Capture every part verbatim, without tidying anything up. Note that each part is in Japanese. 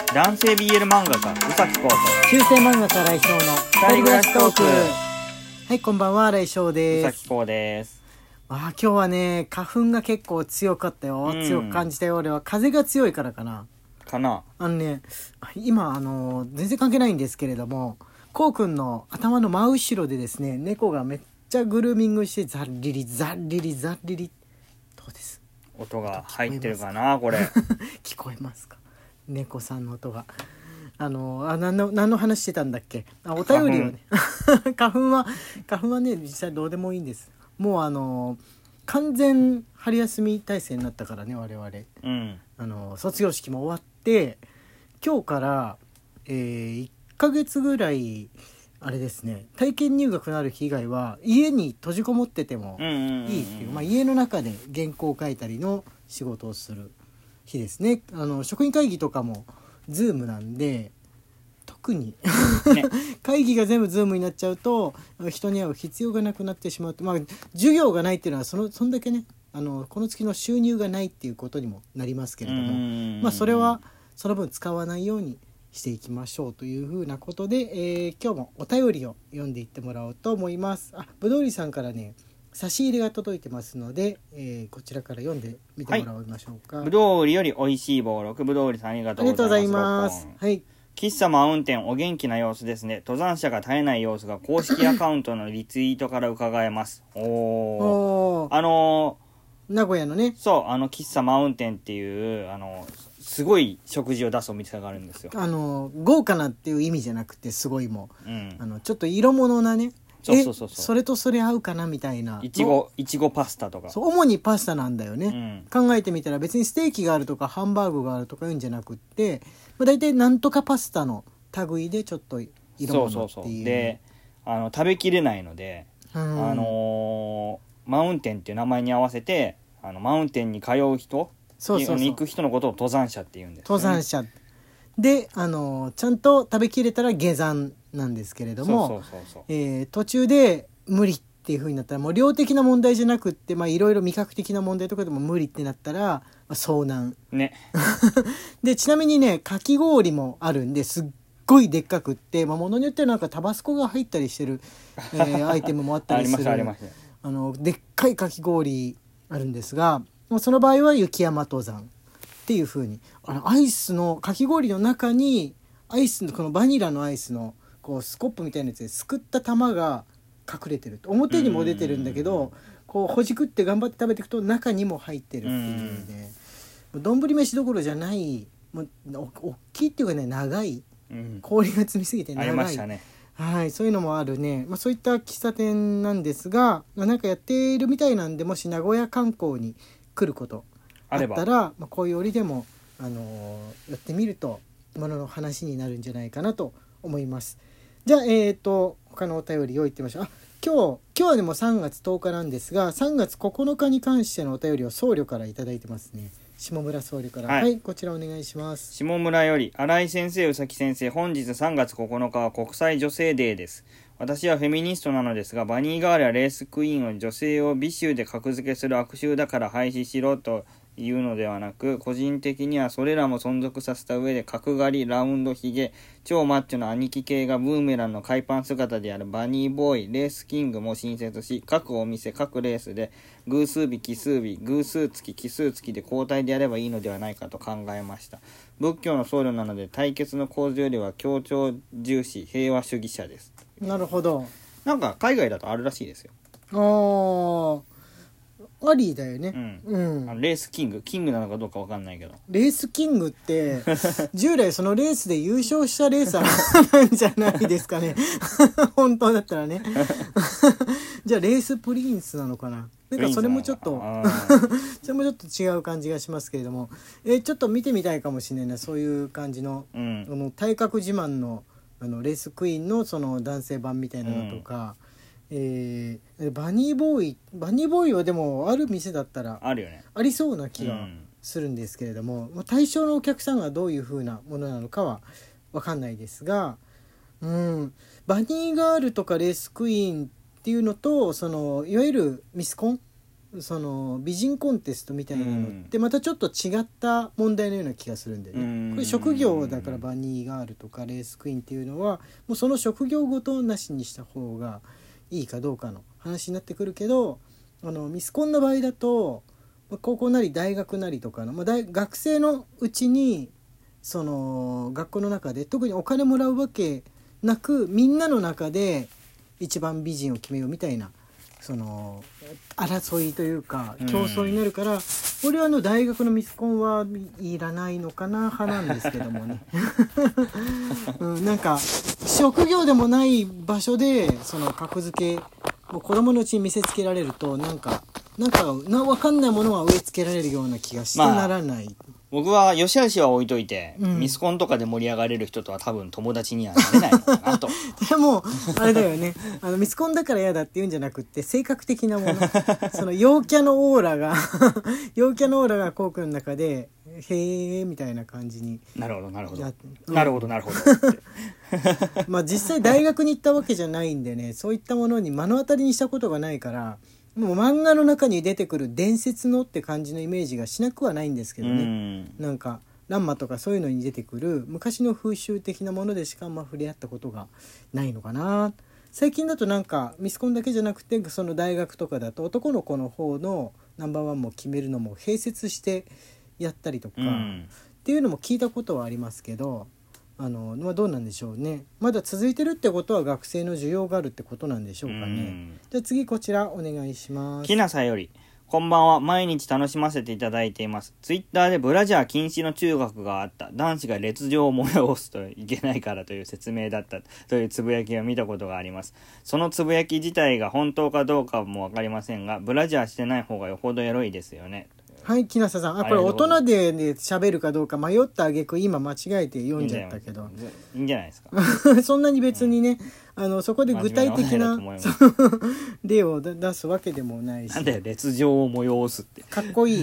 男性 ビーエル 漫画家宇崎浩と中世漫画家来翔の二人暮らしトーク。はい、こんばんは、来翔宇です。 崎浩です。 あ今日はね、花粉が結構強かったよ、うん、強く感じたよ。俺は風が強いからかなかなあのね、今あの全然関係ないんですけれども、こうくんの頭の真後ろでですね、猫がめっちゃグルーミングしてザッリリザッリリザッリリ、どうです？ 音が入ってるかなこれ聞こえますか？猫さんの音が。あのあ何の何の話してたんだっけ？あお便りをね花粉は花粉はね実際どうでもいいんです。もうあの完全春休み体制になったからね、我々、 うん、 あの卒業式も終わって今日から、えー、いっかげつぐらいあれですね、体験入学のある日以外は家に閉じこもっててもいいっていう、まあ、家の中で原稿を書いたりの仕事をする日ですね。あの職員会議とかもズームなんで特に、ね、会議が全部ズームになっちゃうと人に会う必要がなくなってしまうと、まあ、授業がないっていうのはそのそんだけね、あのこの月の収入がないっていうことにもなりますけれども、まあ、それはその分使わないようにしていきましょうというふうなことで、えー、今日もお便りを読んでいってもらおうと思います。あ、ぶどうりさんからね差し入れが届いてますので、えー、こちらから読んでみてもらいましょうか。はい、 ぶどうりよりおいしい棒ろく、ぶどうりさんありがとうございます。 はい。 喫茶マウンテンお元気な様子ですね。登山者が絶えない様子が公式アカウントのリツイートから伺えます。おお。あのー、名古屋のね。 そう、あの喫茶マウンテンっていうあのすごい食事を出すお店があるんですよ。 あの豪華なっていう意味じゃなくてすごいもう、 うん、 あのちょっと色物なね。 そうそうそうそう、 それとそれ合うかなみたいな。 いちごいちごパスタとか。 そう、主にパスタなんだよね、うん、考えてみたら別にステーキがあるとかハンバーグがあるとかいうんじゃなくって、まあ、大体なんとかパスタの類でちょっと色物っていう。そうそうそうで、あの食べきれないので、うん、あのー、マウンテンっていう名前に合わせてあのマウンテンに通う人、そうそうそう、行く人のことを登山者っていうんですよね。 登山者で、あのちゃんと食べきれたら下山なんですけれども、そうそうそうそう、えー、途中で無理っていう風になったらもう量的な問題じゃなくって、まあいろいろ味覚的な問題とかでも無理ってなったら、まあ、遭難ねでちなみにねかき氷もあるんですっごいでっかくって、まあ、ものによってはなんかタバスコが入ったりしてる、えー、アイテムもあったりするありますあります、 あのでっかいかき氷あるんですが、その場合は雪山登山っていう風に、あのアイスのかき氷の中にアイスのこのバニラのアイスのこうスコップみたいなやつですくった玉が隠れてると、表にも出てるんだけどこうほじくって頑張って食べていくと中にも入ってるっていうね、丼飯どころじゃないもう大きいっていうかね長い、氷が積みすぎて長い、ありましたね。はい、そういうのもあるね、まあ、そういった喫茶店なんですが、まあ、なんかやっているみたいなんで、もし名古屋観光に来ることあったら、まあ、こういう折でも、あのー、やってみるとものの話になるんじゃないかなと思います。じゃあ、えーと他のお便りを言ってみましょう。あ、今日今日はでもさんがつとおかなんですが、さんがつここのかに関してのお便りを僧侶からいただいてますね。下村僧侶から、はい、はい、こちらお願いします。 下村より、新井先生、宇崎先生、本日さんがつここのかは国際女性デーです。私はフェミニストなのですが、バニーガールやレースクイーンを女性を美醜で格付けする悪臭だから廃止しろというのではなく、個人的にはそれらも存続させた上で角刈り、ラウンドヒゲ、超マッチョな兄貴系がブーメランの海パン姿であるバニーボーイ、レースキングも新設し、各お店各レースで偶数日奇数日、偶数月奇数月で交代でやればいいのではないかと考えました。仏教の僧侶なので対決の構図よりは協調重視、平和主義者です。 なるほど。 なんか海外だとあるらしいですよ。 ああ、ありだよね、 うんうん、あのレースキングキングなのかどうか分かんないけど、 レースキングって従来そのレースで優勝したレーサーなんじゃないですかね本当だったらねじゃあレースプリンスなのかな、なんかそれもちょっとそれもちょっと違う感じがしますけれども、えー、ちょっと見てみたいかもしれないな、そういう感じの、うん、あの体格自慢の、あのレースクイーンのその男性版みたいなのとか、うん、えー、バニーボーイバニーボーイはでもある店だったらあるよね、 ありそうな気がするんですけれども、うん、対象のお客さんがどういう風なものなのかは分かんないですが、うん、バニーガールとかレースクイーンっていうのと、そのいわゆるミスコンその美人コンテストみたいなのってまたちょっと違った問題のような気がするんでね、うん、これ職業だからバニーガールとかレースクイーンっていうのはもうその職業ごとなしにした方がいいかどうかの話になってくるけど、あのミスコンの場合だと高校なり大学なりとかの、まあ、大学生のうちにその学校の中で特にお金もらうわけなくみんなの中で一番美人を決めようみたいなその争いというか競争になるから、うん、俺はあの大学のミスコンはいらないのかな派なんですけどもね、うん、なんか職業でもない場所でその格付けを子供のうちに見せつけられるとなんかなんかな分かんないものは植え付けられるような気がしてならない、まあ、 僕は良し悪しは置いといて、うん、ミスコンとかで盛り上がれる人とは多分友達にはなれないのかなとでもあれだよね、あのミスコンだから嫌だって言うんじゃなくって性格的なものその陽キャのオーラが陽キャのオーラがコウ君の中でへーみたいな感じになるほどなるほど、うん、なるほどなるほどまあ実際大学に行ったわけじゃないんでね、そういったものに目の当たりにしたことがないからもう漫画の中に出てくる伝説のって感じのイメージがしなくはないんですけどね、うん、なんかランマとかそういうのに出てくる昔の風習的なものでしかあんま触れ合ったことがないのかな。最近だとなんかミスコンだけじゃなくてその大学とかだと男の子の方のナンバーワンも決めるのも併設してやったりとか、うん、っていうのも聞いたことはありますけど、あの、まあ、どうなんでしょうね。まだ続いてるってことは学生の需要があるってことなんでしょうかね。うん、じゃあ次こちらお願いします。 きなさよりこんばんは。毎日楽しませていただいています。ツイッターでブラジャー禁止の中学があった。男子が烈情を催すといけないからという説明だったというつぶやきを見たことがあります。そのつぶやき自体が本当かどうかもわかりませんが、ブラジャーしてない方がよほどエロいですよね。 はい、木下さん、あ、これ大人でね喋るかどうか迷った挙句今間違えて読んじゃったけどいいんじゃないですかそんなに別にね、うん、あのそこで具体的な例を出すわけでもないし、 なんだよ烈情を催すってかっこいい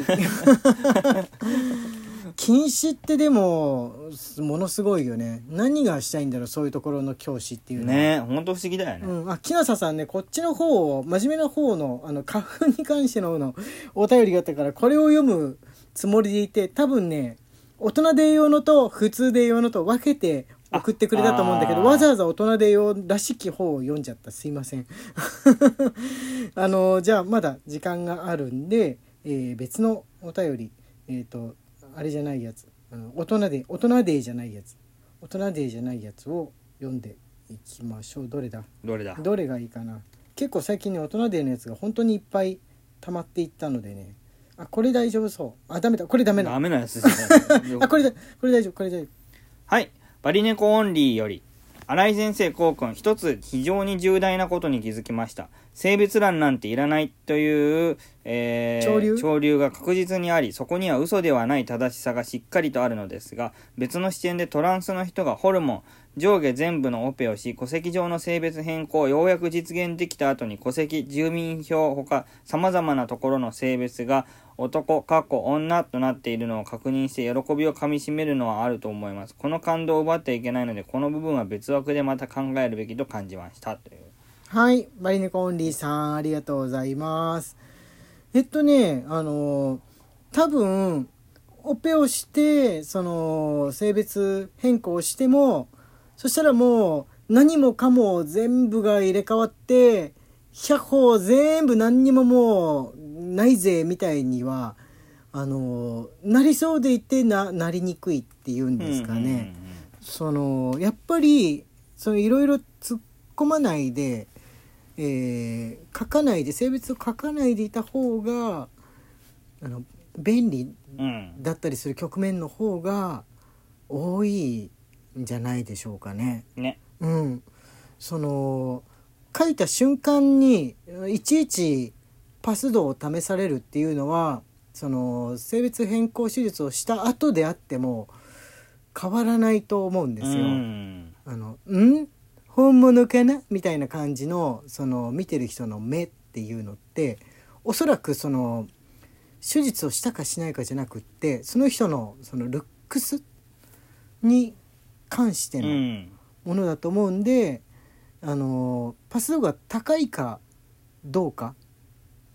禁止ってでもものすごいよね。何がしたいんだろうそういうところの教師っていうのはね。本当不思議だよね、 うん、あ木下さんねこっちの方を真面目な方のあの花粉に関してののお便りがあったからこれを読むつもりでいて、多分ね大人で用のと普通で用のと分けて送ってくれたと思うんだけど、わざわざ大人で用らしき方を読んじゃった。すいませんあのじゃあまだ時間があるんで、えー、別のお便りえっ、ー、とあれじゃないやつ、あの大人で大人でじゃないやつ大人でじゃないやつを読んでいきましょう。どれだどれだどれがいいかな。結構最近ね大人でのやつが本当にいっぱい溜まっていったのでね、あこれ大丈夫そう、あダメだこれダメだダメなやつじゃないあこれだこれ大丈夫これ大丈夫。 はいバリネコオンリーより新井先生こうくん、一つ非常に重大なことに気づきました。性別欄なんていらないという、えー、潮流潮流が確実にあり、そこには嘘ではない正しさがしっかりとあるのですが、別の視点でトランスの人がホルモン上下全部のオペをし、戸籍上の性別変更をようやく実現できた後に戸籍、住民票ほか様々なところの性別が男、過去、女となっているのを確認して喜びをかみしめるのはあると思います。この感動を奪ってはいけないので、この部分は別枠でまた考えるべきと感じましたという。 はい、バリネコオンリーさんありがとうございます。えっとねあの多分オペをしてその性別変更をしても、そしたらもう何もかも全部が入れ替わってひゃっ歩全部何にももうないぜみたいにはあのなりそうでいて な, なりにくいっていうんですかね、うんうんうん、そのやっぱりそのいろいろ突っ込まないで、えー、書かないで性別を書かないでいた方があの便利だったりする局面の方が多いんじゃないでしょうかね。 ね、 うん、その書いた瞬間にいちいちパス度を試されるっていうのはその性別変更手術をした後であっても変わらないと思うんですよ。うんあのん本物かなみたいな感じのその見てる人の目っていうのっておそらくその手術をしたかしないかじゃなくってその人のそのルックスに関してのものだと思うんで、あのパス度が高いかどうかっ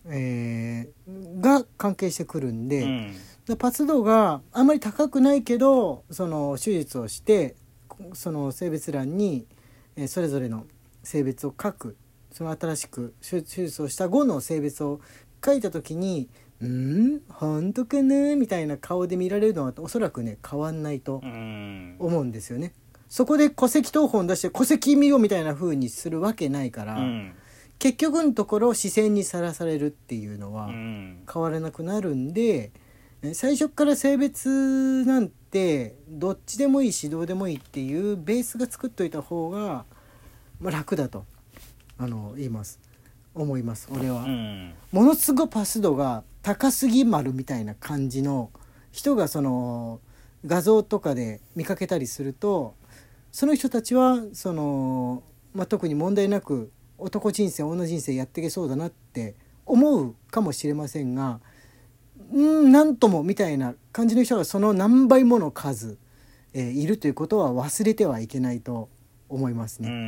えー、が関係してくるんで、 うん、 パス度があんまり高くないけどその手術をしてその性別欄に、えー、それぞれの性別を書く、その新しく手術をした後の性別を書いた時にんー本当かなみたいな顔で見られるのはおそらくね変わんないと思うんですよね。そこで戸籍謄本出して戸籍見ろみたいな風にするわけないから、うん、結局のところ視線にさらされるっていうのは変わらなくなるんで、最初から性別なんてどっちでもいいしどうでもいいっていうベースが作っといた方が、まあ、楽だとあの言います思います俺は、うん、ものすごいパス度が高すぎ丸みたいな感じの人がその画像とかで見かけたりすると、その人たちはその、まあ、特に問題なく男人生女人生やっていけそうだなって思うかもしれませんが、んなんともみたいな感じの人がその何倍もの数、えー、いるということは忘れてはいけないと思いますね。うん、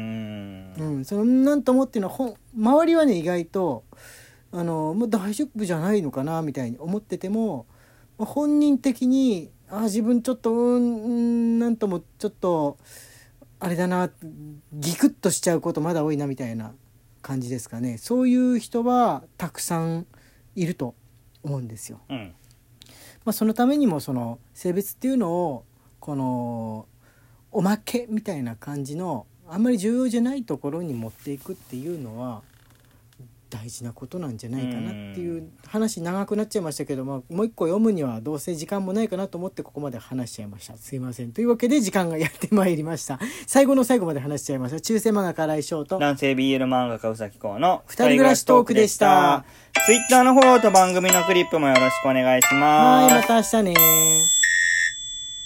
うん、そのなんともっていうのはほ周りはね意外とあのもう大丈夫じゃないのかなみたいに思ってても、本人的にあ自分ちょっとうんなんともちょっとあれだなギクッとしちゃうことまだ多いなみたいな感じですかね。そういう人はたくさんいると思うんですよ。うんまあ、そのためにもその性別っていうのをこのおまけみたいな感じのあんまり重要じゃないところに持っていくっていうのは大事なことなんじゃないかなっていう話長くなっちゃいましたけど、まあ、もう一個読むにはどうせ時間もないかなと思ってここまで話しちゃいました。すいません。というわけで時間がやってまいりました。最後の最後まで話しちゃいました。中世漫画家来翔と男性 ビーエル 漫画家宇崎公の二人暮らしトークでした。 ツイッターのフォローと番組のクリップもよろしくお願いします。 はい、また明日ね。